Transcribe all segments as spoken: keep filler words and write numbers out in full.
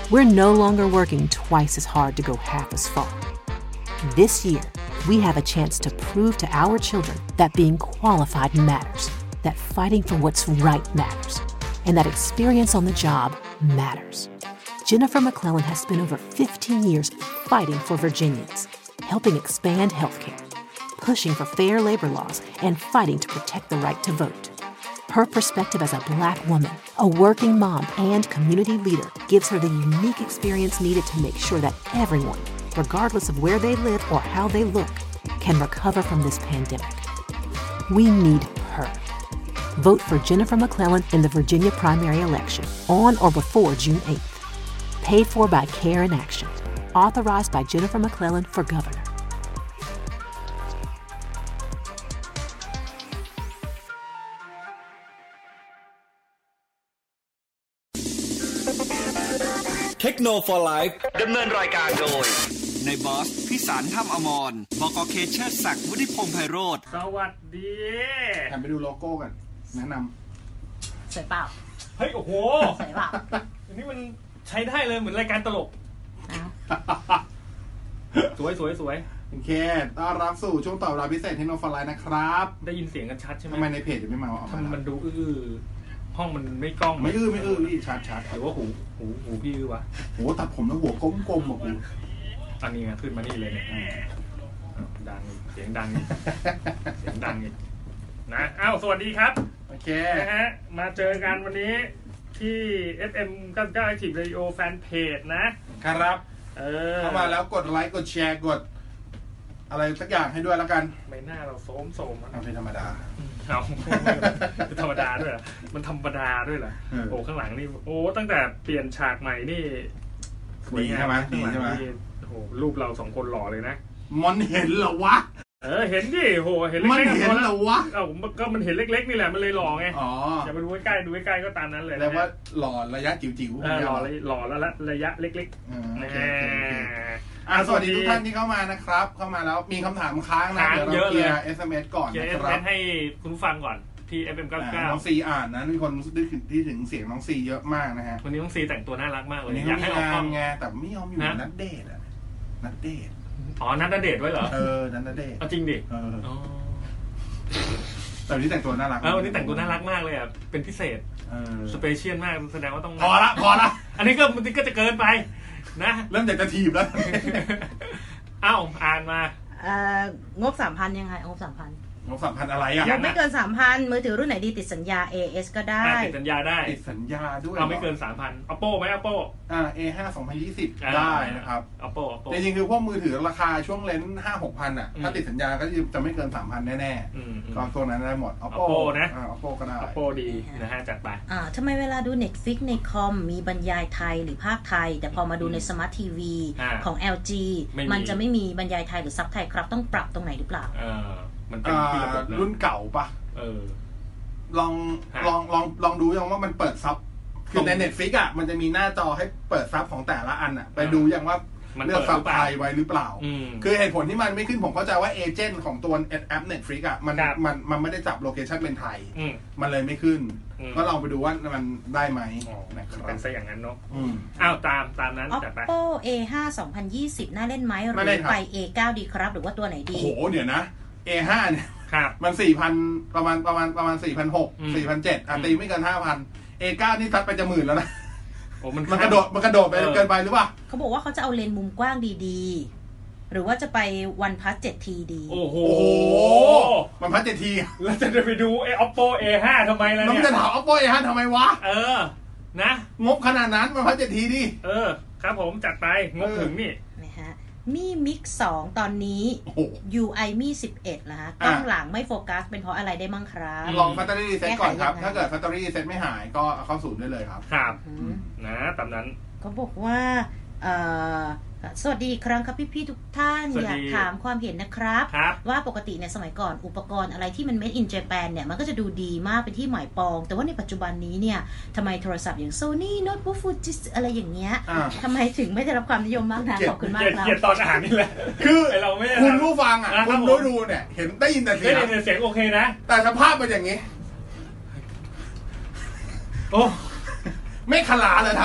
we're no longer working twice as hard to go half as far. This year, we have a chance to prove to our children that being qualified matters, that fighting for what's right matters, and that experience on the job matters. Jennifer McClellan has spent over fifteen years fighting for Virginians, helping expand healthcare, pushing for fair labor laws, and fighting to protect the right to vote. Her perspective as a Black woman, a working mom, and community leader gives her the unique experience needed to make sure that everyone, regardless of where they live or how they look, can recover from this pandemic. We need her. Vote for Jennifer McClellan in the Virginia primary election on or before June eighth. Paid for by Care in Action. Authorized by Jennifer McClellan for governor. Techno for Life ดำเนินรายการโดยในบอสพิสารถ้ำอมรบก.เคเชอร์ศักดิ์วุฒิพงษ์ไพโรจน์สวัสดีหันไปดูโลโก้กันแนะนำสวยเปล่าเฮ้ยโอ้โหสวยเปล่าอันนี้มันใช้ได้เลยเหมือนรายการตลกสวยสวยสวยโอเคต้อนรับสู่ช่วงต่อเวลาพิเศษ Techno for Life นะครับได้ยินเสียงกันชัดใช่ไหมทำไมในเพจจะไม่มาออกมามันดูอื้อห้องมันไม่กล้องไม่อื้อไม่อื้อนี่ชัดๆหรือว่าหูหูหูพี่อื้อวะโหตัดผมแล้วหัวกลมๆบอกกูอันนี้ไงขึ้นมานี่เลยเนี่ยดังเสียงดังเสียงดังอีกนะอ้าวสวัสดีครับโอเคนะฮะมาเจอกันวันนี้ที่ เอฟ เอ็ม เก้าสิบเก้า Active Radio Fan Page นะครับเออเข้ามาแล้วกดไลค์กดแชร์กดอะไรสักอย่างให้ด้วยแล้วกันไม่น่าเราโสมโสมเอาเป็นธรรมดาเอาธรรมดาด้วยมันธรรมดาด้วยเหรอโอ้ข้างหลังนี่โอ้ตั้งแต่เปลี่ยนฉากใหม่นี่สวยงามใช่ไหมดีใช่ไหมโอ้โหรูปเราสองคนหล่อเลยนะมันเห็นเหรอวะเออเห็นดิโหเห็นเล็กๆมันเห็นเหรอวะเอ้าก็มันเห็นเล็กๆนี่แหละมันเลยหล่อไงอ๋ออย่าไปดูใกล้ๆดูใกล้ๆก็ตามนั้นเลยแล้วว่าหล่อระยะจิ๋วๆเออหล่อหล่อแล้วระยะเล็กๆนะอ่าสวัสดีทุกท่านที่เข้ามานะครับเข้ามาแล้วมีคำถามค้างนะเดี๋ยวเราเคลียร์ เอส เอ็ม เอส ก่อนนะครับให้คุณผู้ฟังก่อนที่ เอฟ เอ็ม เก้าสิบเก้าน้องซีอ่านนะมีคนที่ถึงเสียงน้องซีเยอะมากนะฮะวันนี้น้องซีแต่งตัวน่ารักมากเลยอยากให้ออกกล้องไงแต่ไม่ยอมอยู่นัดเดทอ่ะนัดเดทอ๋อนัดเดทไว้เหรอเออนัดเดทเอาจริงดิเออแต่วันนี้แต่งตัวน่ารักเออวันนี้แต่งตัวน่ารักมากเลยอ่ะเป็นพิเศษเออสเปเชียลมากแสดงว่าต้องพอละพอละอันนี้ก็มันก็จะเกินไปนะเริ่มจากจะถีบแล้วเอ้าอ่านมาเอ่องบ สามพัน ยังไงงบ สามพันงบ สามพัน อะไรอ่ะงบไม่เกิน สามพัน มือถือรุ่นไหนดีติดสัญญา เอ เอส ก็ได้ติดสัญญาได้ติดสัญญาด้วยเอาไม่เกิน สามพัน Oppo มั้ย Oppo อ่า เอ ห้า สองพันยี่สิบได้นะครับ Oppo Oppo จริงๆคือพวกมือถือราคาช่วงเลนส์ ห้าหกพัน อ่ะถ้าติดสัญญาก็จะไม่เกิน สามพัน แน่ๆก็ตัวนั้นได้หมด Oppo นะอ่า Oppo ก็ได้ Oppo ดีนะฮะจัดไปอ่าทำไมเวลาดู Netflix ในคอมมีบรรยายไทยหรือภาคไทยแต่พอมาดูใน Smart ที วี ของ แอล จี มันจะไม่มีบรรยายไทยหรือซับไทยครับต้องปรับตรงไหนหรือเปล่าเออมันเป็นที่ระบบรุ่นเก่าปะเออลองลองลองลองดูยังว่ามันเปิดซับคือใน Netflix อ่ะมันจะมีหน้าจอให้เปิดซับของแต่ละอันอ่ะไปดูยังว่าเลือกซับไทยไว้หรือเปล่าคือเหตุผลที่มันไม่ขึ้นผมเข้าใจว่าเอเจนต์ของตัวแอป Netflix อ่ะมันมันมันไม่ได้จับโลเคชั่นเป็นไทยมันเลยไม่ขึ้นก็ลองไปดูว่ามันได้ไหมนะครับเป็นซะอย่างนั้นเนาะอ้าวตามตามนั้นจัดไป Oppo เอ ห้า สองพันยี่สิบน่าเล่นไหมหรือไป เอ เก้า ดีครับหรือว่าตัวไหนดีโอ้โหเดี๋ยวนะ เอ ห้า เนี่ยมัน สี่พัน ประมาณประมาณประมาณ สี่พันหกร้อย สี่พันเจ็ดร้อย อ่ะตีไม่เกิน ห้าพัน เอ เก้า นี่ซัดไปจะหมื่นแล้วนะโอ้มันมันกระโดดมันกระโดดไปเกินไปหรือเปล่าเขาบอกว่าเขาจะเอาเลนส์มุมกว้างดีๆหรือว่าจะไป OnePlus เซเว่น ที ดีโอ้โหมันพัด เซเว่น ทีแล้วจะไปดูไอ้ Oppo เอ ห้า ทำไมล่ะเนี่ยน้องจะถาม Oppo เอ ห้า ทำไมวะเออนะงบขนาดนั้นมันพัด เซเว่น ที ดิเออครับผมจัดไปงบถึงนี่นะฮะมี่มิกสองตอนนี้ ยู ไอ มี่สิบเอ็ดแล้วฮะกล้องหลังไม่โฟกัสเป็นเพราะอะไรได้มั่งครับลองแบตเตอรี่รีเซ็ตก่อนครับถ้าเกิดแบตเตอรี่รีเซ็ตไม่หายก็เข้าศูนย์ได้เลยครับครับนะตามนั้นเขาบอกว่าเอ่อสวัสดีอีกครั้งครับพี่ๆทุกท่านอยากถามความเห็นนะครับว่าปกติในสมัยก่อนอุปกรณ์อะไรที่มัน made in Japan เนี่ยมันก็จะดูดีมากเป็นที่หมายปองแต่ว่าในปัจจุบันนี้เนี่ยทำไมโทรศัพท์อย่าง Sony Notebook Fuji อะไรอย่างเงี้ยทำไมถึงไม่ได้รับความนิยมมากนะขอบคุณมากครับเกียรติตอนอาหารนี่แหละคือคุณผู้ฟังอ่ะคุณดูดูเนี่ยเห็นได้ยินแต่เสียงได้ยินเสียงโอเคนะแต่สภาพเป็นอย่างนี้โอ้ไม่ขลาเลยทำจริง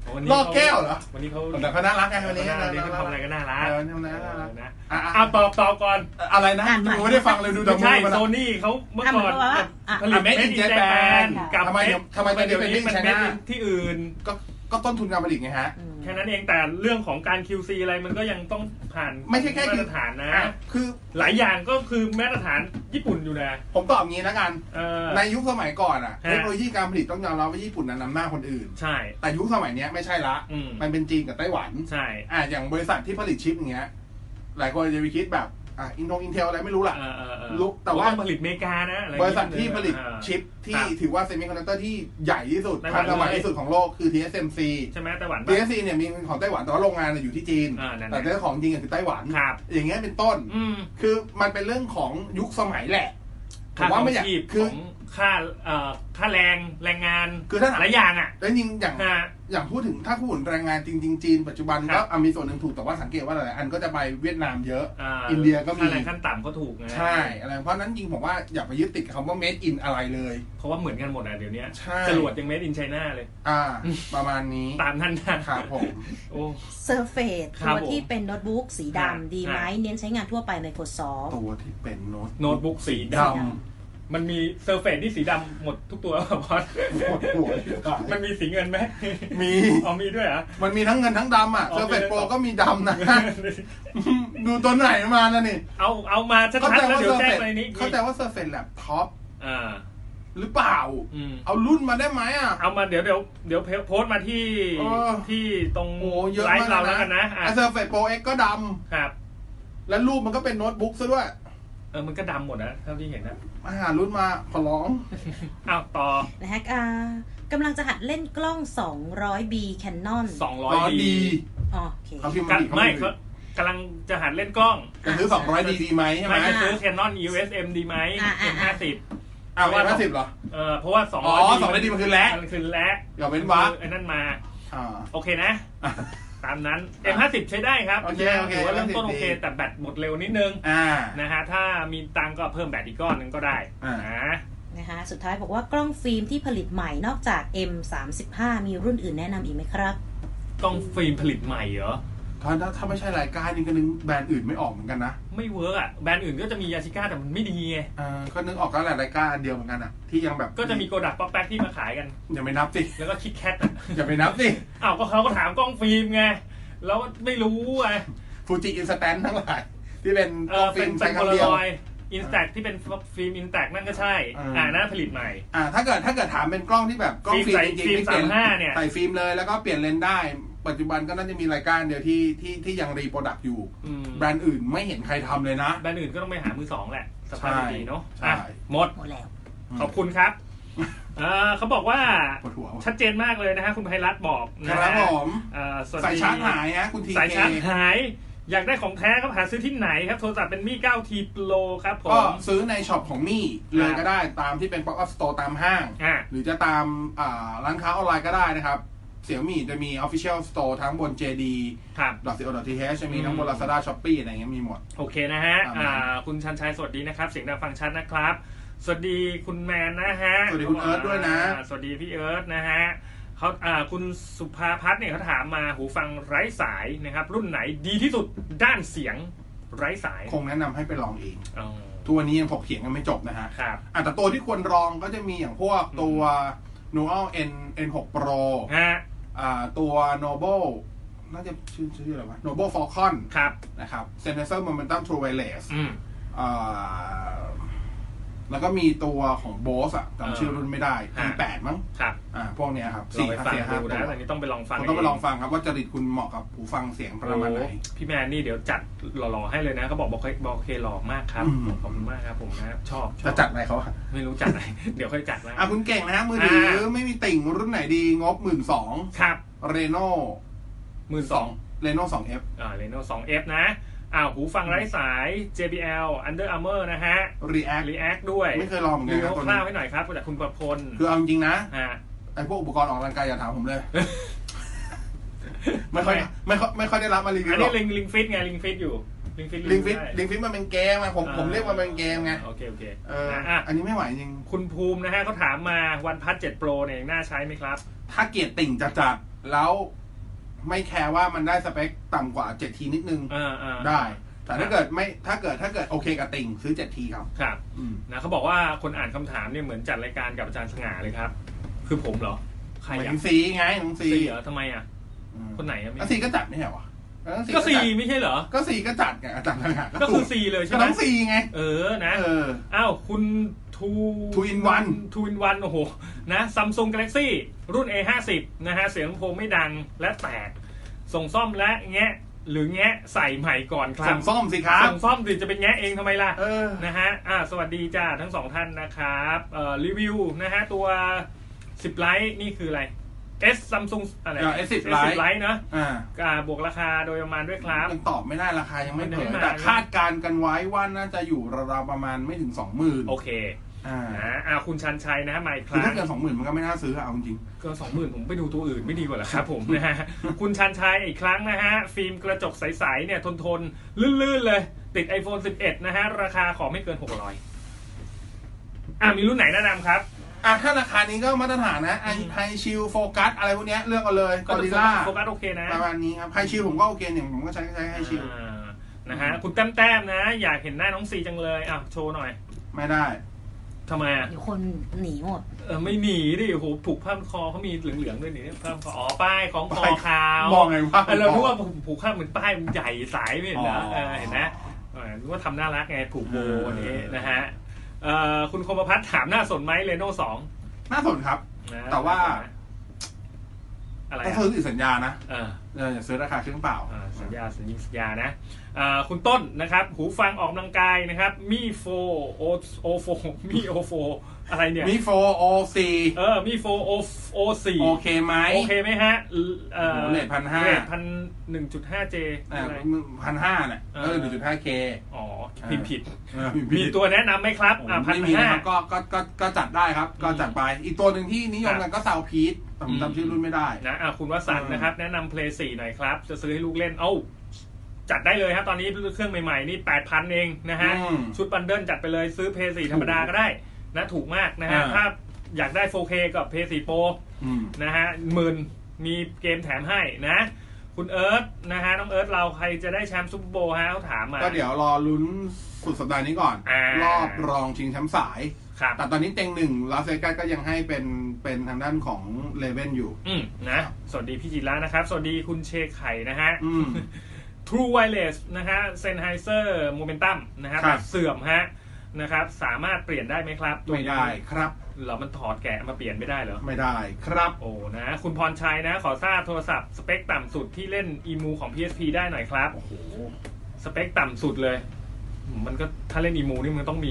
ลอกแก้วเหรอวันนี้เขาแต่เขาน่ารักไงวันนี้วันนี้เขาทำอะไรก็น่ารักเออน่ารักนะอ่ะตอบตอบก่อนอะไรนะผมไม่ได้ฟังเลยดูดำใช่โซนี่เขาเมื่อก่อนผลิตเมดอินเจแปนทำไมทำไมเดี๋ยวนี้มันเป็นที่อื่นก็ก็ต้นทุนการผลิตไงฮะแค่นั้นเองแต่เรื่องของการ คิว ซี อะไรมันก็ยังต้องผ่านไม่ใช่แค่มาตรฐานนะคือหลายอย่างก็คือมาตรฐานญี่ปุ่นอยู่นะผมตอบงี้แล้วกันในยุคสมัยก่อนอ่ะเทคโนโลยีการผลิตต้องยอมรับว่าญี่ปุ่นนั้นนำหน้าคนอื่นใช่แต่ยุคสมัยนี้ไม่ใช่ละมันเป็นจีนกับไต้หวันใช่อ่าอย่างบริษัทที่ผลิตชิปอย่างเงี้ยหลายคนจะไปคิดแบบอ่ะอินโทงอินเทลอะไรไม่รู้ล่ะรู้แต่ว่าผลิตอเมริกานะบริษัทที่ผลิตชิปที่ถือว่าเซมิคอนดักเตอร์ที่ใหญ่ที่สุดทันสมัยที่สุดของโลกคือ ที เอส เอ็ม ซีใช่ไหมไต้หวันที เอส ซี เนี่ยมีของไต้หวันแต่ว่าโรงงานอยู่ที่จีนแต่เจ้าของจริงคือไต้หวันอย่างเงี้ยเป็นต้นคือมันเป็นเรื่องของยุคสมัยแหละผมว่าไม่อยากคือค่าเอ่อค่าแรงแรงงานคือถ้าหลายอย่างอ่ะแล้วจริงอย่างอย่างพูดถึงถ้าพูดถึงแรงงานจริงๆจีนปัจจุบันก็มีส่วนหนึ่งถูกแต่ว่าสังเกตว่าหลายอันก็จะไปเวียดนามเยอะอินเดียก็มีค่าแรงขั้นต่ำก็ถูกไงใช่อะไรเพราะนั้นจริงผมว่าอย่าไปยึดติดคำว่า made in อะไรเลยเพราะว่าเหมือนกันหมดอ่ะเดี๋ยวนี้จรวดยัง made in China เลยอ่าประมาณนี้ตามนั้นนะครับผมโอ้ Surface ตัวที่เป็นโน้ตบุ๊กสีดำดีไหมเน้นใช้งานทั่วไป Microsoft ตัวที่เป็นโน้ตโน้ตบุ๊กสีดำมันมีเซอร์เฟซที่สีดำหมดทุกตัวป่ะพอดมันมีสีเงินไหมมีอ๋อมีด้วยเหรอมันมีทั้งเงินทั้งดำอ่ะเซอร์เฟซโปรก็มีดำนะดูตัวไหนมาแล้วนี่เอาเอามาชัดๆแล้วเดี๋ยวแจ้งในนี้เข้าใจว่าเซอร์เฟซแล็ปท็อปอ่าหรือเปล่าเอารุ่นมาได้ไหมอ่ะเอามาเดี๋ยวเดี๋ยวเดี๋ยวโพสต์มาที่ที่ตรงไลฟ์เราแล้วกันนะเซอร์เฟซโปรเอ็กก็ดำครับแล้วรูปมันก็เป็นโน้ตบุ๊กซะด้วยเออมันก็ดำหมดนะเท่าที่เห็นนะมาหารุ่นมาขอร้องอ้าวต่อนะฮะอ่ากำลังจะหัดเล่นกล้อง สองร้อย บี Canon สองร้อย บีอ๋อโอเคเขาพิมพ์ไม่เขากำลังจะหัดเล่นกล้องจะซื้อสองร้อยดีดีไหมใช่ไหมจะซื้อ Canon อี โอ เอส เอ็ม ดีไหม เอ็ม ห้าสิบอ้าวเอ็ม ห้าสิบเหรอเออเพราะว่าสองร้อยอ๋อสองร้อยดีมันคือแลมันคือแลอย่าเป็นวะไอ้นั่นมาอ่าโอเคนะตามนั้น เอ็ม ห้าสิบ ใช้ได้ครับโอเคโอเคว่าเริ่มต้นโอเคแต่แบตหมดเร็วนิดนึงนะฮะถ้ามีตังก็เพิ่มแบตอีกก้อนนึงก็ได้นะนะคะสุดท้ายบอกว่ากล้องฟิล์มที่ผลิตใหม่นอกจาก เอ็ม สามสิบห้า มีรุ่นอื่นแนะนำอีกไหมครับกล้องฟิล์มผลิตใหม่เหรอถ้าถ้าไม่ใช่รายการนี้ก็นึกแบรนด์อื่นไม่ออกเหมือนกันนะไม่เวิร์กอ่ะแบรนด์อื่นก็จะมียาชิก้าแต่มันไม่ดีไงอ่าก็นึกออกก็หลายรายการอันเดียวเหมือนกันอ่ะที่ยังแบบก็จะมีโกดักป๊อกแป๊กที่มาขายกันอย่าไปนับสิแล้วก็คิดแคทอย่าไปนับสิอ้าวก็เขาก็ถามกล้องฟิล์มไงแล้วไม่รู้ไงฟูจิอินสแตนทั้งหลายที่เป็นกล้องฟิล์มใช้คำเดียวอินสแตทที่เป็นฟิล์มอินสแตทนั่นก็ใช่อ่าน่าผลิตใหม่อ่าถ้าเกิดถ้าเกิดถามเป็นกล้องที่แบบกล้องฟิล์มจริงๆที่เปลี่ยนใส่ฟิล์มเลยแล้วก็เปลี่ยนเลนส์ได้ปัจจุบันก็น่าจะมีรายการเดียวที่ที่ที่ยังรีโปรดักต์อยู่แบรนด์อื่นไม่เห็นใครทำเลยนะแบรนด์อื่นก็ต้องไปหามือสองแหละสภาพดีเนาะหมดหมดแล้วขอบคุณครับเขาบอกว่าชัดเจนมากเลยนะฮะคุณไพรัตน์บอกนะครับผมสายชาร์จหายฮะคุณทีสายชาร์จหายอยากได้ของแท้ครับหาซื้อที่ไหนครับโทรศัพท์เป็นมี่ เก้าที Pro ครับผมก็ซื้อในช็อปของมี่เลยก็ได้ตามที่เป็น Pop Up Store ตามห้างหรือจะตามร้านค้าออนไลน์ก็ได้นะครับเสี่ยมี่จะมี Official Store ทั้งบน เจ ดีครับซี โอ ที เอช จะมีทั้งบน Lazada Shopee อะไรเงี้ยมีหมดโอเคนะฮะคุณชันชัยสวัสดีนะครับเสียงดังฟังชัดนะครับสวัสดีคุณแมนนะฮะสวัสดีคุณเอิร์ธด้วยนะสวัสดีพี่เอิร์ธนะฮะเขาอ่าคุณสุภาพัฒน์เนี่ยเขาถามมาหูฟังไร้สายนะครับรุ่นไหนดีที่สุดด้านเสียงไร้สายคงแนะนำให้ไปลองเองตัวนี้ยังถกเถียงกันไม่จบนะฮะครับแต่ตัวที่ควรลองก็จะมีอย่างพวกตัว Newell N เอ็น หก Pro ฮะอ่าตัว Noble น่าจะชื่อชื่ออะไรวะ Noble Falcon ครับนะครับ Sennheiser Momentum True Wireless อืมอ่าแล้วก็มีตัวของ Bose อ่ะจำชื่อรุ่นไม่ได้ อี แปด มั้งครับอ่าพวกเนี้ยครับสี่ห้าสี่ห้าตัวอันนี้ต้องไปลองฟังต้องไปลองฟังครับว่าจริตคุณเหมาะกับหูฟังเสียงประมาณไหนพี่แมนนี่เดี๋ยวจัดหล่อๆให้เลยนะเขาบอกบอกบอกเคหล่อมากครับขอบคุณมากครับผมนะชอบจะจัดอะไรเขาไม่รู้จัดอะไรเดี๋ยวค่อยจัดนะอ่ะคุณเก่งนะมือถือไม่มีติ่งรุ่นไหนดีงบ หนึ่งหมื่นสองพันครับ Reno หนึ่งหมื่นสองพัน Reno สอง เอฟอ่า Reno สอง เอฟ นะอ้าวหูฟังไร้สาย เจ บี แอล Under Armour นะฮะ React React ด้วยไม่เคยลองเหมือนกันครับคร่าวๆให้หน่อยครับจากคุณประพลคือเอาจริงๆนะฮะไอ้พวกอุปกรณ์ออกกำลังกายอย่าถามผมเลยไม่ค่อยไม่ค่อยไม่ค่อยได้รับมารีวิวหรอกอันนี้ลิงลิงฟิตไงลิงฟิตอยู่ลิงฟิตลิงฟิตลิงฟิตมันเป็นเกมไงผมผมเรียกว่าเป็นเกมไงโอเคโอเคเอออันนี้ไม่ไหวจริงคุณภูมินะฮะเขาถามมา OnePlus เจ็ด Pro เนี่ยน่าใช้ไหมครับถ้าเกียรติติ่งจัดๆแล้วไม่แคร์ว่ามันได้สเปคต่ำกว่าเจ็ดทีนิดนึงได้แต่ถ้าเกิดไม่ถ้าเกิดถ้าเกิดโอเคกับติ่งซื้อเจ็ดทีครับครับนะเขาบอกว่าคนอ่านคำถามเนี่ยเหมือนจัดรายการกับอาจารย์สง่าเลยครับคือผมเหรอใครอ่ะซีไงน้องซีเหรอทำไมอ่ะคนไหนอ่ะซีก็จัดไม่ใช่หรอก็ซีไม่ใช่เหรอก็ซีก็จัดไงอาจารย์สง่าก็คือซีเลยใช่ไหมน้องซีไงเออนะอ้าวคุณทูทูอินวันทูอินวันโอ้โหนะ Samsung Galaxy รุ่น เอ ห้าสิบ นะฮะเสียงลำโพงไม่ดังและแตกส่งซ่อมและแงะหรือแงะใส่ใหม่ก่อนครับส่งซ่อมสิครับส่งซ่อมสิจะเป็นแงะเองทำไมล่ะนะฮะอ่าสวัสดีจ้าทั้งสองท่านนะครับเอ่อรีวิวนะฮะตัวสิบไลท์นี่คืออะไร S Samsung อะไรเอส สิบไลท์นะอ่าบวกราคาโดยประมาณด้วยครับยังตอบไม่ได้ราคายังไม่เผยแต่คาดการณ์กันไว้ว่าน่าจะอยู่ราวๆประมาณไม่ถึง สองหมื่นโอเคอ่าอ่าคุณชันชัยนะฮะมาอีกครั้งถ้าเกิน สองหมื่น มันก็ไม่น่าซื้อเอาจริงเกิน สองหมื่น ผมไปดูตัวอื่นไม่ดีกว่าหรอครับผมนะฮะคุณชันชัยอีกครั้งนะฮะฟิล์มกระจกใสๆเนี่ยทนๆลื่นๆเลยติด iPhone สิบเอ็ด นะฮะราคาขอไม่เกินหกร้อยอ่ามีรุ่นไหนแนะนำครับอ่ะถ้าราคานี้ก็มาตรฐานนะไอไฮชิลโฟกัสอะไรพวกนี้เลือกเอาเลยกอริลล่าโฟกัสโอเคนะประมาณนี้ครับไฮชิลผมก็โอเคอย่างผมก็ใช้ใช้ไฮชิลนะฮะคุณแต้มๆนะอยากเห็นหน้าน้องซีจังเลยอ่ะโชว์หน่อยไม่ได้ทำไมอ่ะเดี๋ยวคนหนีหมดเออไม่หนีดิโหผูกผ้าคอเขามีเหลืองๆด้วยนี่ผ้าคออ๋อป้ายของคอขาวมองไงว่าเราคิดว่าผูกผ้าเหมือนป้ายมันใหญ่สายไม่เห็นนะเห็นนะนึกว่าทำน่ารักไงผูกโบนี้นะฮะคุณคมพัฒน์ถามน่าสนไหมเรโน่สองน่าสนครับแต่ว่าอะไรต้องซื้อสัญญานะเอออย่าซื้อราคาเครื่องเปล่าสัญญาสัญญาสัญญานะคุณต้นนะครับหูฟังออกกำลังกายนะครับมีโฟโอโอโฟมีโอโฟอะไรเนี่ยมีโฟโอซีเออมีโฟโอโอซีโอเคไหมโอเคไหมฮะเออเลทพันห้าเลทพันหนึ่งจุดห้าเจพันห้าเนี่ยเออหนึ่งจุดห้าเคอ๋อพิมพ์ผิดมีตัวแนะนำไหมครับอ่าพันห้าก็ก็ก็ก็จัดได้ครับก็จัดไปอีกตัวหนึ่งที่นิยมกันก็ซาวพีทผมจำชื่อรุ่นไม่ได้นะอ่าคุณวสันต์นะครับแนะนำเพลย์สี่หน่อยครับจะซื้อให้ลูกเล่นเอ้าจัดได้เลยครับตอนนี้เครื่องใหม่ๆนี่ แปดพัน เองนะฮะชุดบันเดิลจัดไปเลยซื้อเพย์สี่ธรรมดาก็ได้นะถูกมากนะฮะถ้าอยากได้ โฟร์เค กับเพย์สี่ Pro นะฮะหมื่นมีเกมแถมให้นะคุณเอิร์ธนะฮะน้องเอิร์ธเราใครจะได้แชมป์ซุปเปอร์โบว์ฮะเขาถามมาก็เดี๋ยวรอลุ้นสุดสัปดาห์นี้ก่อนรอบรองชิงแชมป์สายแต่ตอนนี้เต็งหนึ่งลาสเวกัสก็ยังให้เป็นเป็นทางด้านของเลเว่นอยู่อืมนะสวัสดีพี่จิระนะครับสวัสดีคุณเชคไข่นะฮะTrue Wireless นะฮะ Sennheiser Momentum นะครับเสื่อมฮะนะครับสามารถเปลี่ยนได้ไหมครับไม่ได้ครับเรามันถอดแกะมาเปลี่ยนไม่ได้เหรอไม่ได้ครับโอ้นะคุณพรชัยนะขอทราบโทรศัพท์สเปคต่ำสุดที่เล่น อี เอ็ม ยู ของ พี เอส พี ได้หน่อยครับโอ้โหสเปคต่ำสุดเลยมันก็ถ้าเล่น อี เอ็ม ยู นี่มันต้องมี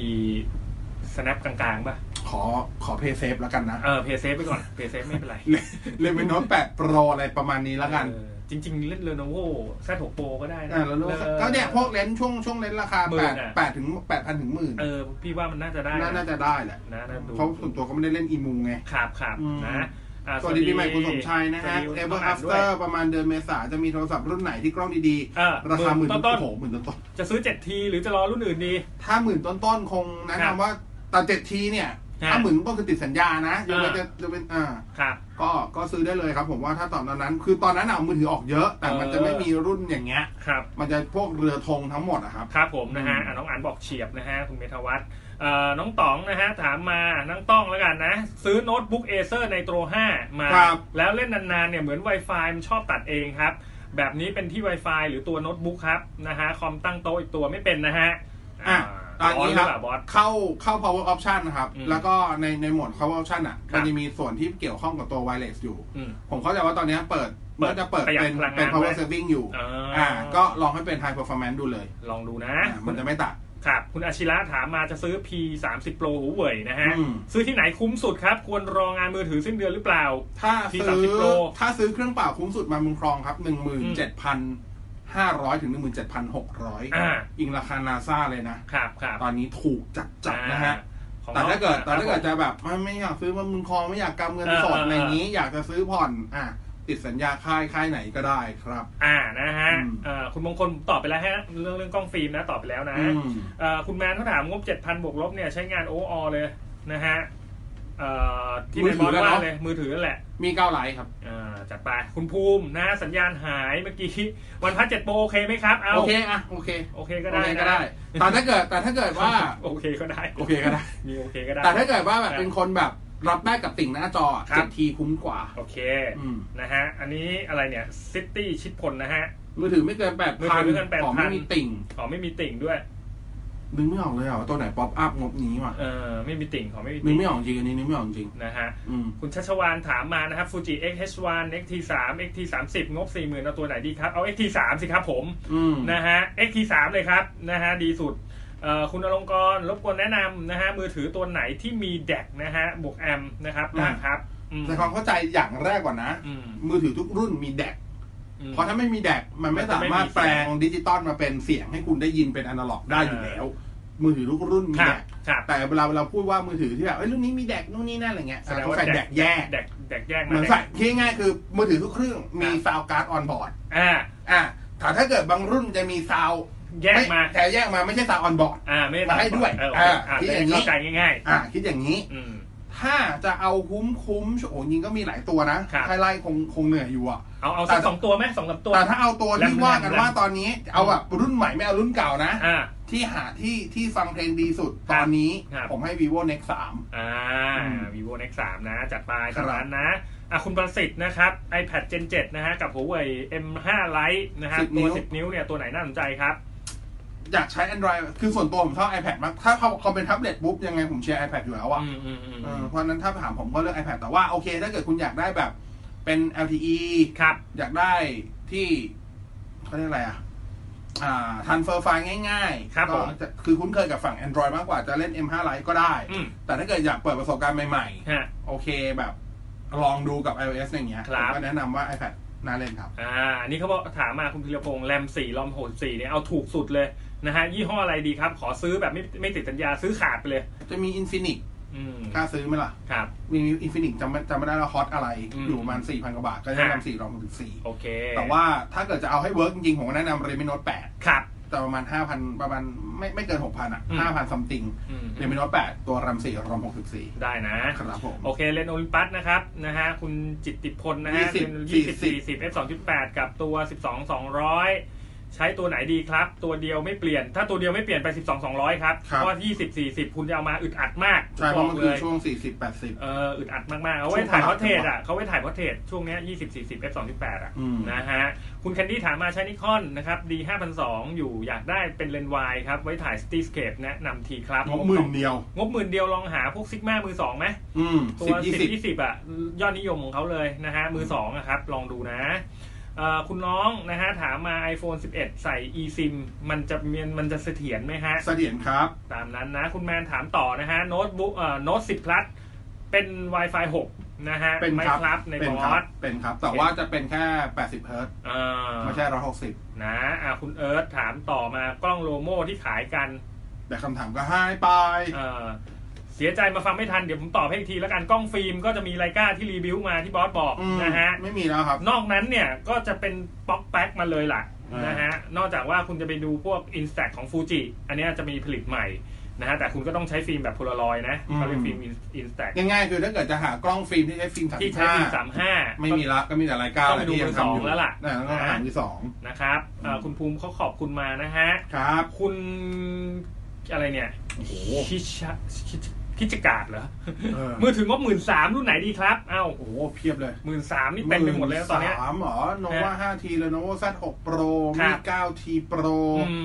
Snap กลางๆป่ะขอขอ Play Safe แล้วกันนะเออ Play Safe ไปก่อน Play Safe ไม่เป็นไรเล่นเป็นโน้ตแปด Pro อะไรประมาณนี้แล้วกันจริงๆเล่น Lenovo แซด หก Pro ก็ได้นะก็เนี่ยพวกเลนส์ช่วงช่วงเลนส์ราคาแปด แปดถึง แปดพัน ถึงหมื่นเออพี่ว่ามันน่าจะได้น่าจะได้แหละนะเพราะส่วนตัวก็ไม่ได้เล่น อี เอ็ม ยู ไงครับๆนะสวัสดีปีใหม่คุณสมชัยนะฮะ Ever After ประมาณเดือนเมษาจะมีโทรศัพท์รุ่นไหนที่กล้องดีๆราคาหมื่นต้นๆโอ้โหหมื่นต้นๆจะซื้อ เจ็ดที หรือจะรอรุ่นอื่นดีถ้าหมื่นต้นๆคงแนะนำว่าแต่ เจ็ดที เนี่ยถ้าหมื่นต้นคือติดสัญญานะยังไม่จะจะเป็นอ่าก็ก็ซื้อได้เลยครับผมว่าถ้าตอนนั้นคือตอนนั้นเอามือถือออกเยอะแต่มันจะไม่มีรุ่นอย่างเงี้ยมันจะพวกเรือธงทั้งหมดอะครับครับผมนะฮะน้องอันบอกเฉียบนะฮะคุณเมธวัฒน์น้องต๋องนะฮะถามมานั่งต้องแล้วกันนะซื้อโน้ตบุ๊ก Acer Nitro ห้ามาแล้วเล่นนานๆเนี่ยเหมือน Wi-Fi มันชอบตัดเองครับแบบนี้เป็นที่ Wi-Fi หรือตัวโน้ตบุ๊กครับนะฮะคอมตั้งโต๊ะอีกตัวไม่เป็นนะฮะอ่ะตอนนี้ครับเข้าเข้า power option นะครับแล้วก็ในในโหมด power option อ่ะมันจะมีส่วนที่เกี่ยวข้องกับตัว wireless อยู่ผมเข้าใจว่าตอนนี้เปิดมันจะเปิดเป็นเป็น power saving อยู่อ่าก็ลองให้เป็น high performance ดูเลยลองดูนะมันจะไม่ตัดครับคุณอาชิระถามมาจะซื้อ พี สามสิบ Pro หูเว่ยนะฮะซื้อที่ไหนคุ้มสุดครับควรรองานมือถือสิ้นเดือนหรือเปล่าถ้าซื้อถ้าซื้อเครื่องเปล่าคุ้มสุดมาเมืองครองครับ หนึ่งหมื่นเจ็ดพันห้าร้อย ถึง หนึ่งหมื่นเจ็ดพันหกร้อย อ่าอิงราคา NASA เลยนะครับตอนนี้ถูกจัดๆนะฮะแต่ถ้าเกิดแต่ถ้าเกิดจะแบบไม่อยากซื้อมามึงคองไม่อยากกำเงินสดอะไรนี้อยากจะซื้อผ่อนอ่ะติดสัญญาค่ายค่ายไหนก็ได้ครับอ่านะฮะคุณมงคลตอบไปแล้วฮะเรื่องเรื่องกล้องฟิล์มนะตอบไปแล้วนะคุณแมนเขาถามงบ เจ็ดพัน บวกลบเนี่ยใช้งานโอเวอร์ออลเลยนะฮะเอ่อที่ในบอสว่าเลยมือถือนั่นแหละมีเก้าไลท์ครับอ่าจัดไปคุณภูมินะสัญญาณหายเมื่อกี้วันพัดเจ็ดโปรโอเคไหมครับเอาโอเคอ่ะโอเคโอเคก็ได้ก็ได้แต่ถ้าเกิดแต่ถ้าเกิดว่าโอเคก็ได้โอเคก็ได้มีโอเคก็ได้แต่ถ้าเกิดว่าแบบเป็นคนแบบรับได้กับติ่งหน้าจอเจ็ดทีคุ้มกว่าโอเคนะฮะอันนี้อะไรเนี่ยซิตี้ชิดพลนะฮะมือถือไม่เกินแปดพันของไม่มีติ่งของไม่มีติ่งด้วยนึกไม่ออกเลยอ่ะว่าตัวไหนป๊อปอัพงบนี้ว่ะเออไม่มีติ่งของไม่มีนึกไม่ออกจริงอันนี้นึกไม่ออกจริงนะฮะคุณชัชวานถามมานะครับ Fuji เอ็กซ์ เอช วัน เอ็กซ์ ที สาม เอ็กซ์ ที สามสิบ งบ สี่หมื่น เอาตัวไหนดีครับเอา เอ็กซ์ ที สาม สิครับผมนะฮะ เอ็กซ์ ที สาม เลยครับนะฮะดีสุดคุณอลงกรณ์รบกวนแนะนำนะฮะมือถือตัวไหนที่มีแดกนะฮะบวกแอมนะครับนะครับในความเข้าใจอย่างแรกก่อนนะมือถือทุกรุ่นมีแดกเพราะถ้าไม่มีแดกมันไม่สามารถแปลงดิจิตอลมาเป็นเสียงให้คุณได้ยินเป็นอนาล็อกได้อยู่แล้วมือถือทุกรุ่นมีแดกแต่เวลาเราพูดว่ามือถือที่แบบเอ้ยรุ่นนี้มีแดกนู่นนี่นั่นอะไรเงี้ยเขาใส่แดกแยกแดกแดกแยกเหมือนใส่ที่ง่ายคือมือถือทุกเครื่องมีซาวด์การ์ดออนบอร์ดอ่าอ่าแต่ถ้าเกิดบางรุ่นจะมีซาวด์แยกมาแต่แยกมาไม่ใช่ซาวด์ออนบอร์ดอ่าไม่มาให้ด้วยอ่าคิดอย่างนี้เข้าใจง่ายๆอ่าคิดอย่างนี้ถ้าจะเอาคุ้มคุ้มโอ้ยิงก็มีหลายตัวนะไฮไลท์คงคงเหนื่อยอยู่อ่ะเอาเอาสักสองตัวไหมสองสามตัวแต่ถ้าเอาตัวที่ว่ากันว่าตอนนี้เอาแบบรุ่นใหม่ไม่เอารุ่นเก่านะที่หาที่ที่ฟังเพลงดีสุดตอนนี้ผมให้ vivo nex สามอ่า vivo nex สามนะจัดไปตามนั้นนะอ่ะคุณประสิทธิ์นะครับ iPad Gen เจ็ดนะฮะกับ Huawei เอ็ม ห้า Lite นะฮะตัวสิบนิ้วเนี่ยตัวไหนน่าสนใจครับอยากใช้ Android คือส่วนตัวผมชอบ iPad มากถ้าเขาเป็นแท็บเล็ตปุ๊บยังไงผมเชียร์ iPad อยู่แล้วอ่ะเพราะนั้นถ้าถามผมก็เลือก iPad แต่ว่าโอเคถ้าเกิดคุณอยากได้แบบเป็น แอล ที อีครับอยากได้ที่เขาเรียกอะไรอ่ะอ่า transfer ไฟล์ง่ายๆครับผมคือคุ้นเคยกับฝั่ง Android มากกว่าจะเล่น เอ็ม ห้า Lite ก็ได้แต่ถ้าเกิดอยากเปิดประสบการณ์ใหม่ๆโอเคแบบลองดูกับ iOS อย่างเงี้ยก็แนะนำว่า iPad น่าเล่นครับอ่าอันนี้เขาบอกถามมาคุณธีรพงษ์แรมสี่รอมหกสิบสี่เนี่ยเอาถูกสุดเลยนะฮะยี่ห้ออะไรดีครับขอซื้อแบบไม่ไม่ติดสัญญาซื้อขาดไปเลยจะมี Infinix กล้าซื้อไหมล่ะครับมี Infinix จำไม่จำไม่ได้แล้วฮอตอะไรอยู่ประมาณ สี่พัน กว่าบาทก็ได้แรมสี่รอมหกสิบสี่โอเคแต่ว่าถ้าเกิดจะเอาให้เวิร์กจริงๆผมแนะนำ Redmi Note แปดครับแต่ประมาณ ห้าพัน ประมาณไม่ไม่เกิน หกพัน อ่ะ ห้าพัน ซัมติง Redmi Note แปดตัว แรม สี่รอมหกสิบสี่ได้นะครับผมโอเคเลนส์โอลิมปัสนะครับนะฮะคุณจิตติพลนะฮะยี่สิบ สี่สิบ เอฟ สองจุดแปด กับตัวสิบสอง สองร้อยใช้ตัวไหนดีครับตัวเดียวไม่เปลี่ยนถ้าตัวเดียวไม่เปลี่ยนไปสิบสอง สองร้อยครับเพราะว่ายี่สิบ สี่สิบคุณจะเอามาอึดอัดมากใช่เพราะมันคือช่วงสี่สิบ แปดสิบเอออึดอัดมากๆเอาไว้ถ่ายพอร์เทรตอ่ะเขาไว้ถ่ายพอร์เทรตช่วงนี้ยี่สิบ สี่สิบ เอฟ สองจุดแปด อ่ะนะฮะคุณแคนดี้ถามมาใช้นิคอนนะครับ ดี ห้าพันสองร้อย อยู่อยากได้เป็นเลนส์วายครับไว้ถ่าย Cityscape แนะนำทีครับงบหมื่นเดียวงบหมื่นเดียวลองหาพวกซิกมามือสองไหมตัวสิบ ยี่สิบอ่ะยอดนิยมของเขาเลยนะฮะมือสองอ่ะครับลองดูนะคุณน้องนะฮะถามมา iPhone สิบเอ็ด ใส่ eSIM มันจะมันจะเสถียรไหมฮะเสถียรครับตามนั้นนะคุณแมนถามต่อนะฮะโน้ตบุ๊กเอ่อโน้ตสิบ Plus เป็น Wi-Fi หกนะฮะเป็นครับในบอร์ดเป็นครับแต่ว่าจะเป็นแค่แปดสิบเฮิร์ตซ์ไม่ใช่หนึ่งร้อยหกสิบนะอ่ะคุณเอิร์ธถามต่อมากล้องโลโม่ที่ขายกันแต่คำถามก็ให้ไปเออเสียใจมาฟังไม่ทันเดี๋ยวผมตอบให้อีกทีแล้วกันกล้องฟิล์มก็จะมีไลกาที่รีวิวมาที่บอสบอกนะฮะไม่มีแล้วครับนอกนั้นเนี่ยก็จะเป็นป๊อกแป๊กมาเลยล่ะนะฮะนอกจากว่าคุณจะไปดูพวก Instax ของ Fuji อันนี้จะมีผลิตใหม่นะฮะแต่คุณก็ต้องใช้ฟิล์มแบบโพลารอยด์นะเขาเรียกฟิล์ม Instax ง่ายๆคือถ้าเกิดจะหากล้องฟิล์มที่ใช้ฟิล์มที่ใช้ฟิล์มสามสิบห้าไม่มีละก็มีแต่ไลกาต้องไปดูมือสองแล้วล่ะนะต้องหามือสองนะครับคุณภูมิเขาขอบคุณมานะฮะครับคุณอะไรเนี่ยโอ้โหคิชคิจกาดเหรอมือถืองบหมื่นสามรุ่นไหนดีครับเอ้าโอ้เพียบเลยหมื่นสามนี่เต็มไปหมดเลยตอนนี้สามหรอโนวา ห้าที Lenovo แซด หก Pro มี เก้าที Pro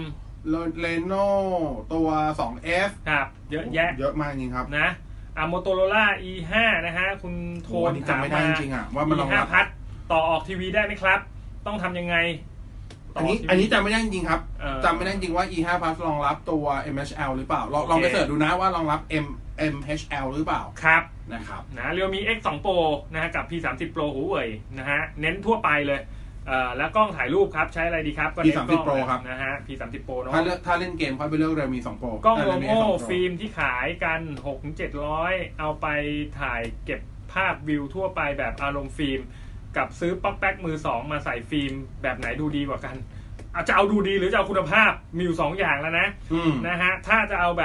Leno ตัว สองเอฟครับเยอะแยะเยอะมากจริงครับนะอ่ะ Motorola อี ห้า นะฮะคุณโทนจำไม่ได้จริงอ่ะว่ามันรองรับพัดต่อออกทีวีได้ไหมครับต้องทำยังไงอันนี้อันนี้จำไม่ได้จริงครับจำไม่ได้จริงว่า อี ห้า Plus รองรับตัว เอ็ม เอช แอล หรือเปล่าลองลองไปเสิร์ชดูนะว่ารองรับ M เอ็ม เอช แอล หรือเปล่าครับนะครับนะ Realme เอ็กซ์ ทู Pro นะฮะกับ พี สามสิบ Pro Huawei นะฮะเน้นทั่วไปเลยเอ่อแล้วกล้องถ่ายรูปครับใช้อะไรดีครับก็เน้นกล้อง Pro ครับนะฮะ พี สามสิบ Pro เนาะถ้าเลือกถ้าเล่นเกมค่อยไปเลือก Realme สอง Pro กล้อง Lomo ฟิล์มที่ขายกัน หกถึงเจ็ดร้อย เอาไปถ่ายเก็บภาพวิวทั่วไปแบบอารมณ์ฟิล์มกับซื้อป๊อกแป๊กมือสองมาใส่ฟิล์มแบบไหนดูดีกว่ากันจะเอาดูดีหรือจะเอาคุณภาพมีอยู่สองอย่างแล้วนะนะฮะถ้าจะเอาแบบ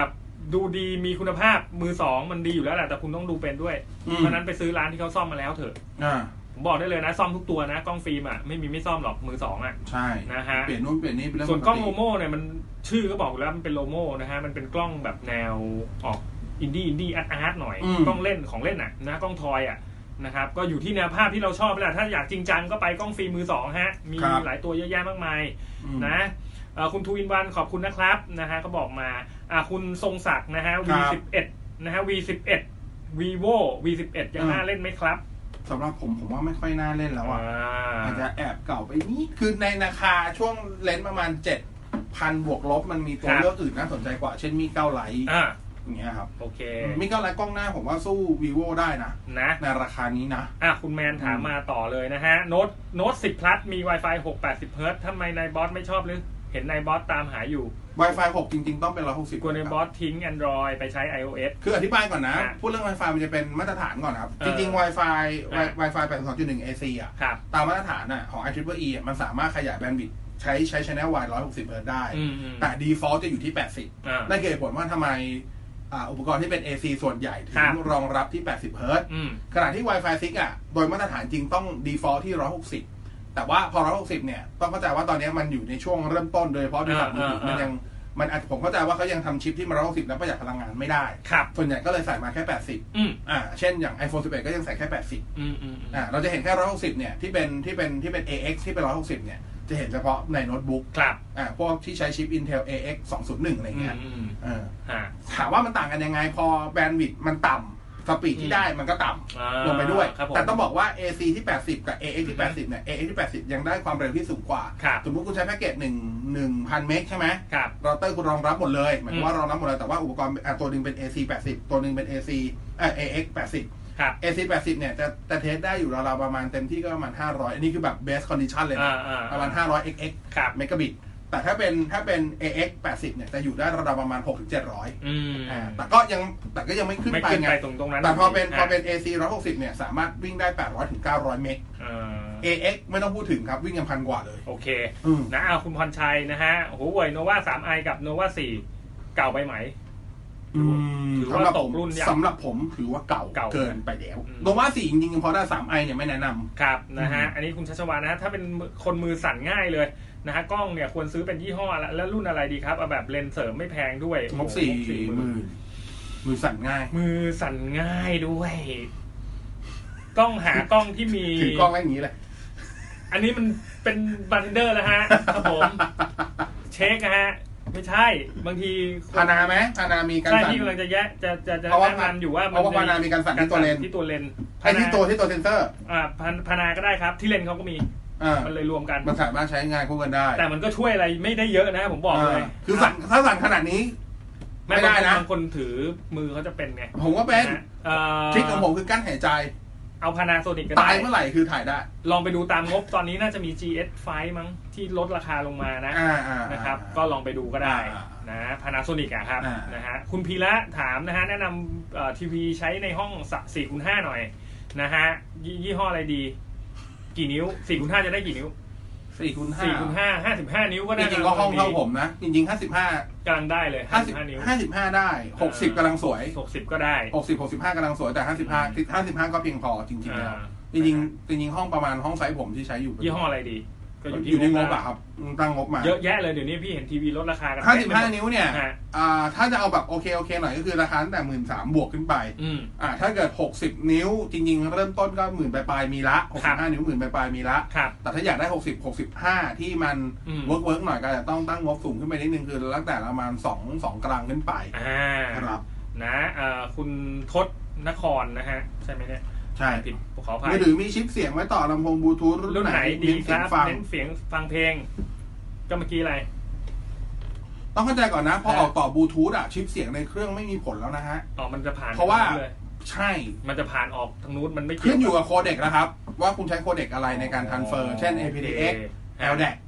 ดูดีมีคุณภาพมือสองมันดีอยู่แล้วแหละแต่คุณต้องดูเป็นด้วยเพราะนั้นไปซื้อร้านที่เขาซ่อมมาแล้วเถอะผมบอกได้เลยนะซ่อมทุกตัวนะกล้องฟิล์มอ่ะไม่มีไม่ซ่อมหรอกมือสองอ่ะใช่นะฮะเปลี่ยนนู่นเปลี่ยนนี่ส่วนกล้องโลโม่เนี่ยมันชื่อก็บอกแล้วมันเป็นโลโม่นะฮะมันเป็นกล้องแบบแนวออกอินดี้อินดี้อาร์ตอาร์ตหน่อยกล้องเล่นของเล่นอ่ะนะกล้องทอยอ่ะนะครับก็อยู่ที่แนวภาพที่เราชอบแหละถ้าอยากจริงจังก็ไปกล้องฟิล์มมือสองฮะมีหลายตัวเยอะแยะมากมายนะคุณทูอินวันขอบคุณนะครับนะฮะก็บอกมาคุณทรงศักดิ์นะฮะ วี สิบเอ็ด นะฮะ วี สิบเอ็ด Vivo วี สิบเอ็ด ยังน่าเล่นไหมครับสำหรับผมผมว่าไม่ค่อยน่าเล่นแล้วอ่ะอาจจะแอบเก่าไปนิดคือในราคาช่วงเลนส์ประมาณ เจ็ดพัน บวกลบมันมีตัวเลือกอื่นน่าสนใจกว่าเช่นมีเก้าไลท์อย่างเงี้ยครับโอเคมีเก้าไลท์กล้องหน้าผมว่าสู้ Vivo ได้นะนะในราคานี้นะอ่ะคุณแมนถามมาต่อเลยนะฮะโน้ตโน้ตสิบ Plus มี Wi-Fi หกร้อยแปดสิบ เฮิร์ตซ์ทำไมนายบอสไม่ชอบหรือเห็นนายบอสตามหาอยู่ Wi-Fi หกจริงๆต้องเป็นหนึ่งร้อยหกสิบกลัวนายบอสทิ้ง Android ไปใช้ iOS คืออธิบายก่อนนะพูดเรื่อง Wi-Fi มันจะเป็นมาตรฐานก่อนครับจริงๆ Wi-Fi Wi-Fi แปดสิบสองจุดหนึ่ง เอ ซี อ่ะตามมาตรฐานอ่ะของ ไอ ทริปเปิลอี มันสามารถขยายแบนด์วิดต์ใช้ใช้ Channel Wide หนึ่งร้อยหกสิบ เฮิร์ตซ์ได้แต่ default จะอยู่ที่แปดสิบนั่นคือเหตุผลว่าทำไมอุปกรณ์ที่เป็น เอ ซี ส่วนใหญ่ถึงรองรับที่แปดสิบ เฮิร์ตซ์ขณะที่ Wi-Fi ซิกอ่ะโดยมาตรฐานจริงต้อง default ที่หนึ่งร้อยหกสิบแต่ว่าพอหนึ่งร้อยหกสิบเนี่ยต้องเข้าใจว่าตอนนี้มันอยู่ในช่วงเริ่มต้นโดยเฉพาะในฝั่งมือถือมันยังมันผมเข้าใจว่าเขายังทำชิปที่มาหนึ่งร้อยหกสิบแล้วประหยัดพลังงานไม่ได้ส่วนใหญ่ก็เลยใส่มาแค่แปดสิบอ่าเช่นอย่าง iPhone สิบเอ็ดก็ยังใส่แค่แปดสิบอ่าเราจะเห็นแค่หนึ่งร้อยหกสิบเนี่ยที่เป็นที่เป็นที่เป็น เอ เอ็กซ์ ที่เป็นหนึ่งร้อยหกสิบเนี่ยจะเห็นเฉพาะในโน้ตบุ๊กครับอ่าพวกที่ใช้ชิป Intel เอ เอ็กซ์ สองศูนย์หนึ่งอะไรเงี้ยอ่าถามว่ามันต่างกันยังไงพอแบนด์วิดต์มันต่ำสปีดที่ได้มันก็ต่ำลงไปด้วยแต่ต้องบอกว่า เอ ซี ที่แปดสิบกับ เอ เอ็กซ์ ที่แปดสิบเนี่ย เอ เอ็กซ์ ที่แปดสิบยังได้ความเร็วที่สูงกว่าสมมุติคุณใช้แพ็กเกจหนึ่ง หนึ่งพัน เมกใช่ไหมเราเตอร์คุณรองรับหมดเลยหมายความว่ารองรับหมดเลยแต่ว่าอุปกรณ์ตัวนึงเป็น เอ ซี แปดสิบตัวนึงเป็น เอ ซี เอ่อ เอ เอ็กซ์ แปดสิบ เอ ซี แปดสิบเนี่ยจะจะเทสได้อยู่ราวๆประมาณเต็มที่ก็ประมาณห้าร้อยอันนี้คือแบบ best condition เลยนะประมาณห้าร้อย เอ็กซ์ เอ็กซ์ เมกะบิตแต่ถ้าเป็นถ้าเป็น เอ เอ็กซ์ แปดสิบเนี่ยจะอยู่ได้ระดับประมาณ หกถึงเจ็ดร้อยอืมอ่าแต่ก็ยังแต่ก็ยังไม่ขึ้นไปไงตรงตรงนั้นแต่พอเป็นพอเป็น เอ ซี หนึ่งร้อยหกสิบเนี่ยสามารถวิ่งได้แปดร้อยถึงเก้าร้อยเมกอ่าเอ เอ็กซ์ ไม่ต้องพูดถึงครับวิ่งกันพันกว่าเลยโอเคนะเอาคุณพรชัยนะฮะโอ้โหเว่ย Nova ทรี ไอ กับ Nova โฟร์ เก่าไปไหมถือว่าตกรุ่นสำหรับผมถือว่าเก่าเกินไปแล้วโนวาสี่จริงๆพอได้ ทรี ไอ เนี่ยไม่แนะนำครับนะฮะอันนี้คุณชัชวานะฮะถ้าเป็นคนมือสั่นง่ายเลยนะฮะกล้องเนี่ยควรซื้อเป็นยี่ห้อแล้วรุ่นอะไรดีครับเอาแบบเลนส์เสริมไม่แพงด้วยงบสี่หมื่นมือสั่นง่ายมือสั่นง่ายด้วยกล้องหากล้องที่มีถือกล้องอะไรอย่างนี้เลยอันนี้มันเป็นบันเดอร์แล้วฮะครับผมเช็คฮะไม่ใช่บางทีพานาไหมพานามีการสั่นใช่ที่กำลังจะแยะจะจะจะแนะนำอยู่ว่าเพราะว่าพานามีการสั่นที่ตัวเลนที่ตัวเลนไอ้ที่ตัวที่ตัวเซนเซอร์อ่าพานาก็ได้ครับที่เลนเขาก็มีมันเลยรวมกันมันสามารถใช้งานคู่กันได้แต่มันก็ช่วยอะไรไม่ได้เยอะนะผมบอกเลยคือสั่นถ้าสั่นขนาดนี้ไม่ได้นะบางคนถือมือเขาจะเป็นไงผมว่าเป็นทริคของผมคือกั้นหายใจเอา Panasonic ก็ได้ตายเมื่อไหร่คือถ่ายได้ลองไปดูตามงบตอนนี้น่าจะมี จี เอส ไฟว์ มั้งที่ลดราคาลงมานะนะครับก็ลองไปดูก็ได้นะ Panasonic อ่ะครับนะฮะคุณพีระถามนะฮะแนะนำทีวีใช้ในห้อง สี่คูณห้า หน่อยนะฮะยี่ห้ออะไรดีกี่นิ้ว สี่คูณห้า จะได้กี่นิ้วสี่คูณห้าสี่คูณห้า ห้าสิบห้านิ้วก็ได้จริงๆก็ห้องเท่าผมนะจริงๆห้าสิบห้ากำลังได้เลยห้าสิบห้านิ้วห้าสิบห้าได้หกสิบกำลังสวยหกสิบก็ได้หกสิบ หกสิบห้ากำลังสวยแต่ห้าสิบห้า ห้าสิบห้าก็เพียงพอจริงๆแล้วจริงๆจริงๆห้องประมาณห้องไซส์ผมที่ใช้อยู่ยี่ห้ออะไรดีก็อยู่ที่งบอะครับตั้งงบมาเยอะแยะเลยเดี๋ยวนี้พี่เห็นทีวีลดราคากันห้าสิบห้านิ้วเนี่ยอ่าถ้าจะเอาแบบโอเคโอเคหน่อยก็คือราคาตั้งแต่ หนึ่งหมื่นสามพัน บวกขึ้นไปอ่าถ้าเกิดหกสิบนิ้วจริงๆเริ่มต้นก็หมื่นปลายๆมีละหกสิบห้านิ้วหมื่นปลายๆมีละแต่ถ้าอยากได้หกสิบ หกสิบห้าที่มันเวิร์กเวิร์กหน่อยก็จะต้องตั้งงบสูงขึ้นไปนิดนึงคือตั้งแต่ประมาณสอง สองกลางขึ้นไปอ่าครับนะอ่าคุณทศนครนะฮะใช่ไหมเนี่ยใช่ผิดขออภัยมือถือมีชิปเสียงไว้ต่อลำโพงบลูทูธรุ่นไหนดีครับเน้นเสียงฟังเพลงก็เมื่อกี้อะไรต้องเข้าใจก่อนนะพอออกต่อบลูทูธอะชิปเสียงในเครื่องไม่มีผลแล้วนะฮะอ๋อมันจะผ่านเพราะว่าใช่มันจะผ่านออกทางนู้นมันไม่ขึ้นอยู่กับโคเด็กนะครับว่าคุณใช้โคเด็กอะไรในการทรานสเฟอร์เช่น เอ พี ดี เอ็กซ์ แอล ดี เอ ซี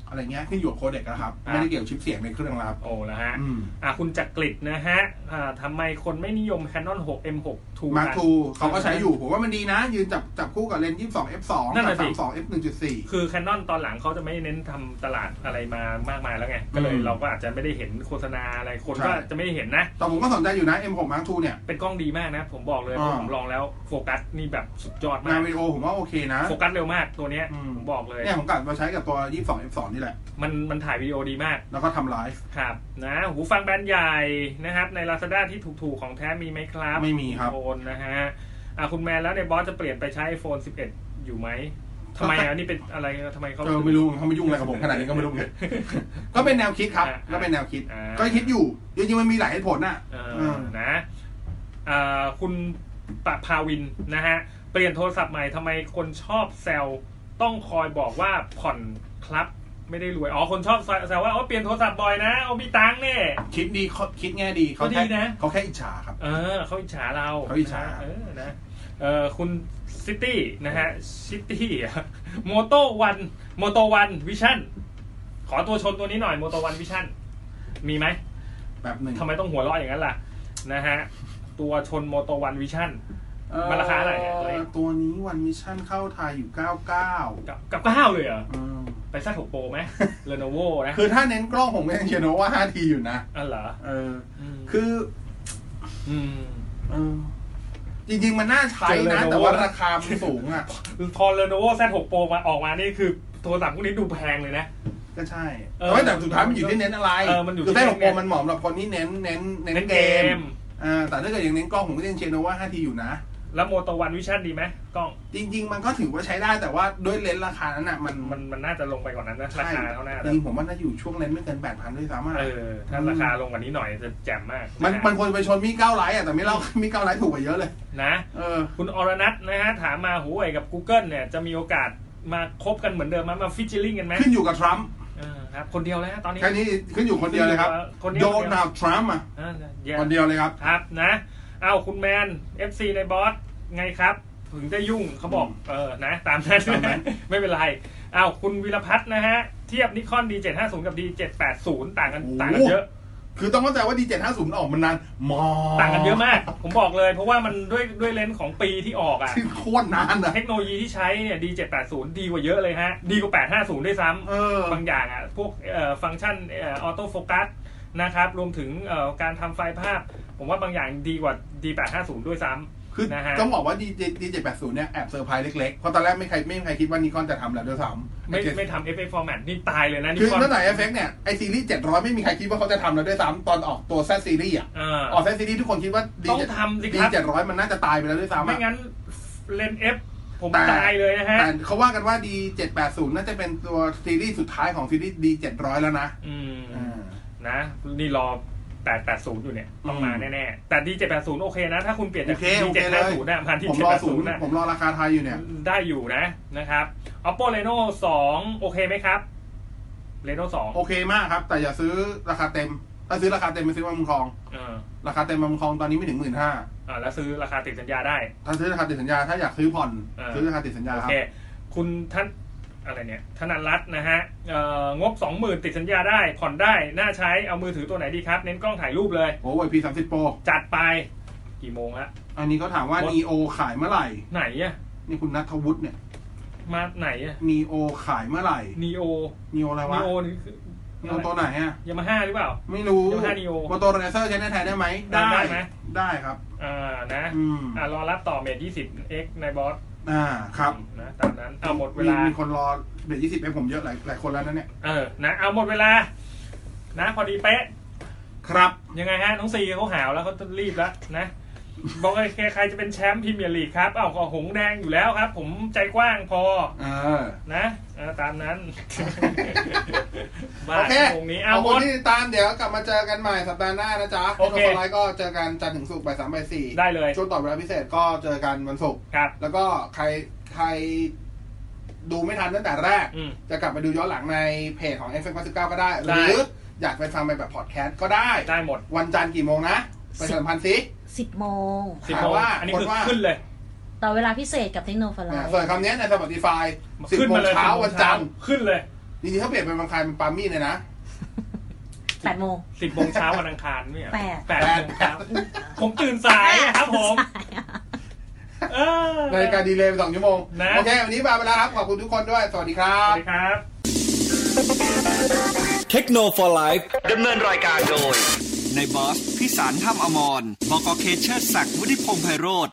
อะไรเงี้ยขึ้นอยู่กับโคเด็กนะครับไม่ได้เกี่ยวชิปเสียงในเครื่องนะครับโอ้แล้วฮะอ่าคุณจักริดนะฮะอ่าทำไมคนไม่นิยม Canon หก เอ็ม หก ทูมาร์ค ทู เขาก็ใช้อยู่ผมว่ามันดีนะยืนจับจับคู่กับเลนส์ ยี่สิบสอง เอฟ สอง กับ สามสิบสอง เอฟ หนึ่งจุดสี่คือ Canon ตอนหลังเขาจะไม่เน้นทำตลาดอะไรมามากมายแล้วไงก็เลยเราก็อาจจะไม่ได้เห็นโฆษณาอะไรคนก็จะไม่ได้เห็นนะแต่ผมก็สนใจอยู่นะ เอ็ม หก มาร์ค ทู เนี่ยเป็นกล้องดีมากนะผมบอกเลยผมลองแล้วโฟกัสนี่แบบสุดยอดมากงานวิดีโอผมว่าโอเคนะโฟกัสเร็วมากตัวเนี้ยผมบอกเลยเนี่ยผมกลับมาใช้กับตัว ยี่สิบสอง เอฟ สอง นี่แหละมันมันถ่ายวิดีโอดีมากแล้วก็ทำไลฟ์ครับนะหูฟังแบรนด์ใหญ่นะครับใน Lazada ที่ถูกๆของแท้มีไหมครับไม่มีครับโฟนนะฮะอ่ะคุณแมนแล้วในบอสจะเปลี่ยนไปใช้ ไอโฟน สิบเอ็ด อยู่ไหมทำไมอ่ะนี่เป็นอะไรทำไมเขาเออไม่รู้เขาไม่ยุ่งอะไรกับผมขนาดนี้ก็ไม่รู้ก็เป็นแนวคิดครับก็เป็นแนวคิดก็คิดอยู่จริงๆมันมีหลายเหตุผลน่ะนะอ่าคุณปะภาวินนะฮะเปลี่ยนโทรศัพท์ใหม่ทำไมคนชอบแซวต้องคอยบอกว่าผ่อนครับไม่ได้รวยอ๋อคนชอบแซวว่าอ๋อเปลี่ยนโทรศัพท์บ่อยนะเอามีตังค์เนี่ยคิดดีคิดแง่ดีเขาดีนะเขาแค่อิจฉาครับเออเขาอิจฉาเราเขาอิจฉาเออนะเออคุณซิตี้นะฮะซิตี้โมโต้วันโมโตวันวิชั่นขอตัวชนตัวนี้หน่อยโมโตวันวิชั่นมีไหมแบบหนึ่งทำไมต้องหัวเราะอย่างนั้นล่ะนะฮะตัวชนโมโตวันวิชั่นมันราคาอะไรเนี่ยตัวนี้ตัวนี้วันวิชั่นเข้าไทยอยู่เก้าสิบเก้ากับกับเก้าเลยเหรอไปซัดหกโปรไหม Lenovo นะคือถ้าเน้นกล้องผมยังเชื่อว่า ห้าที อยู่นะอ๋อเหรอเออคืออืมเออจริงๆมันน่าใช้นะแต่ว่าราคามันสูงอ่ะพอ Lenovo แซดหกโปรมาออกมานี่คือโทรศัพท์พวกนี้ดูแพงเลยนะก็ใช่แต่สุดท้ายมันอยู่ที่เน้นอะไรคือแซดหกโปรมันเหมาะสำหรับคนที่เน้นเน้นเน้นเกมอ่าแต่ถ้าเกิดอย่างเน้นกล้องผมก็ยังเชื่อว่า ห้าที อยู่นะแล้วโมโตวันวิชั่นดีไหมกล้องจริงๆมันก็ถือว่าใช้ได้แต่ว่าด้วยเลนส์ราคานั้นอ่ะมันมันมันน่าจะลงไปกว่านั้นนะราคาเท่านั้นจริงผมว่าน่าอยู่ช่วงเลนส์ไม่เกิน แปดพัน ด้วยซ้ำเออถ้าราคาลงกว่านี้หน่อยจะแจ่มมากมันมันควรไปชนมีเก้าไลท์อ่ะแต่ไม่เล่ามีเก้าไลท์ถูกกว่าเยอะเลยนะเออคุณอรนัทนะฮะถามมาหูไอ้กับ Google เนี่ยจะมีโอกาสมาคบกันเหมือนเดิมมั้ยมาฟิชเชอริ่งกันไหมขึ้นอยู่กับทรัมป์เออครับคนเดียวเลยฮะตอนนี้แค่นี้ขึ้นอยู่คนเดียวเลยครับโดนัลด์ทรัมป์อ่ะคนเดียวเลยครับครับนะอ้าวคุณแมน เอฟ ซี ในบอสไงครับถึงได้ยุ่งเขาบอกเออนะตามนั้นไม่เป็นไรอ้าวคุณวิรพัฒน์นะฮะเทียบนิคอน ดี เจ็ดห้าศูนย์ กับ ดี เจ็ดแปดศูนย์ ต่างกันต่างกันเยอะคือต้องเข้าใจว่า ดี เจ็ดห้าศูนย์ ออกมันนานมอต่างกันเยอะมากผมบอกเลยเพราะว่ามันด้วยด้วยเลนส์ของปีที่ออกอ่ะโคตรนานอ่ะเทคโนโลยีที่ใช้เนี่ย ดี เจ็ดแปดศูนย์ ดีกว่าเยอะเลยฮะดีกว่าแปดห้าศูนย์ด้วยซ้ำบางอย่างอ่ะพวกเอ่อฟังก์ชันเอ่อออโต้โฟกัสนะครับรวมถึงเอ่อการทำไฟล์ภาพผมว่าบางอย่างดีกว่า ดี แปดห้าศูนย์ ด้วยซ้ำคือต้องบอกว่า ดี เจ็ดแปดศูนย์ เนี่ยแอบเซอร์ไพรส์เล็กๆเพราะตอนแรกไม่ใครไม่มีใครคิดว่านิคอนจะทำแล้วด้วยซ้ำไม่ไม่ทำ เอฟ เอฟ format นี่ตายเลยนะนิคอนคือตั้งแต่ เอฟ เอ็กซ์ เนี่ยไอซีรีส์เจ็ดร้อยไม่มีใครคิดว่าเขาจะทำแล้วด้วยซ้ำตอนออกตัว Z ซีรีส์อ่ะออก Z ซีรีส์ทุกคนคิดว่าต้องทำสิครับดี เจ็ดร้อยมันน่าจะตายไปแล้วด้วยซ้ำไม่งั้นเลนส์ F ผมตายเลยนะฮะแต่เขาว่ากันว่า ดี เจ็ดแปดศูนย์ น่าจะเป็นตัวซีรีส์สุดท้ายของซีรีส์ ดี เจ็ดร้อย แล้วนะอืมนะนี่รอแปดแปดศูนย์อยู่เนี่ยต้องมาแน่ๆแต่ ดี เจ็ดแปดศูนย์ โอเคนะถ้าคุณเปลี่ยนจาก ดี เจ็ดห้าศูนย์ นะพันที่เจ็ดแปดศูนย์นะผมรอราคาไทยอยู่เนี่ยได้อยู่นะนะครับ Oppo Reno สองโอเคไหมครับ Reno สองโอเคมากครับแต่อย่าซื้อราคาเต็มถ้าซื้อราคาเต็มไปซื้อมาบุญคลองราคาเต็มมาบุญคลองตอนนี้ไม่ถึง หนึ่งหมื่นห้าพันอ่าแล้วซื้อราคาติดสัญญาได้ถ้าซื้อราคาติดสัญญาถ้าอยากซื้อผ่อนซื้อราคาติดสัญญาครับโอเคคุณท่านอะไรเนี่ยธนันรัตน์นะฮะงบ สองหมื่น ติดสัญญาได้ผ่อนได้น่าใช้เอามือถือตัวไหนดีครับเน้นกล้องถ่ายรูปเลยโอ้ย พี สามสิบ Pro จัดไปกี่โมงละอันนี้เขาถามว่า Neo ขายเมื่อไหร่ไหนอ่ะนี่คุณณัฐวุฒิเนี่ยมาไหนอ่ะ Neo ขายเมื่อไหร่ Neo Neo อะไรวะ Neo นี่คือ Neo ตัวไหนอ่ะ Yamaha หรือเปล่าไม่รู้ Yamaha Neo โมโตเรเซอร์ใช้ในไทยได้ไหมได้ไหมได้ครับอ่านะอ่ารอรับต่อเมท ยี่สิบ เอ็กซ์ ในบอสอ่าครับนะตามนั้นเอาหมดเวลามีคนรอเบทยี่สิบเอ็กซ์ผมเยอะหลายหลายคนแล้วนะเนี่ยเออนะเอาหมดเวลานะพอดีเป๊ะครับยังไงฮะน้องซีเขาหาวแล้วเขารีบแล้วนะบอกไอ้ใครจะเป็นแชมป์พรีเมียร์ลีกครับอ้าวก็หงแดงอยู่แล้วครับผมใจกว้างพอเออนะตามนั้นโอเคตรงนี้เอาคนที่ตามเดี๋ยวกลับมาเจอกันใหม่สัปดาห์หน้านะจ๊ะโอเคไลฟ์ก็เจอกันจันทร์ถึงศุกร์บ่ายสามบ่ายสี่ได้เลยช่วงต่อเวลาพิเศษก็เจอกันวันศุกร์ครับแล้วก็ใครใครดูไม่ทันตั้งแต่แรกจะกลับมาดูย้อนหลังในเพจของ เอฟ เอ็ม เก้าสิบเก้า ก็ได้หรืออยากไปฟังไปแบบพอดแคสต์ก็ได้ได้หมดวันจันทร์กี่โมงนะไปสัมพันธ์สิสิบโมงสิบโมงอันนี้คือขึ้นเลยต่อเวลาพิเศษกับเทคโนโลยีส่วนคำนี้ใน Spotify สิบโมงเช้าวันจันทร์ขึ้นเลยจริงๆเขาเปลี่ยนเป็นวันอังคารเป็นปามี่เลยนะแปดโมงสิบโมงเช้าวันอังคารไม่แปดแปดโมงเช้าผมตื่นสายครับผมในการดีเลย์ไปสองชั่วโมงโอเควันนี้มาไปแล้วครับขอบคุณทุกคนด้วยสวัสดีครับสวัสดีครับเทคโนโลยีไลฟ์ดำเนินรายการโดยในบอสพิสารถ้ำอมร บก.เคเชอร์ศักดิ์วุฒิพงษ์ไพโรจน์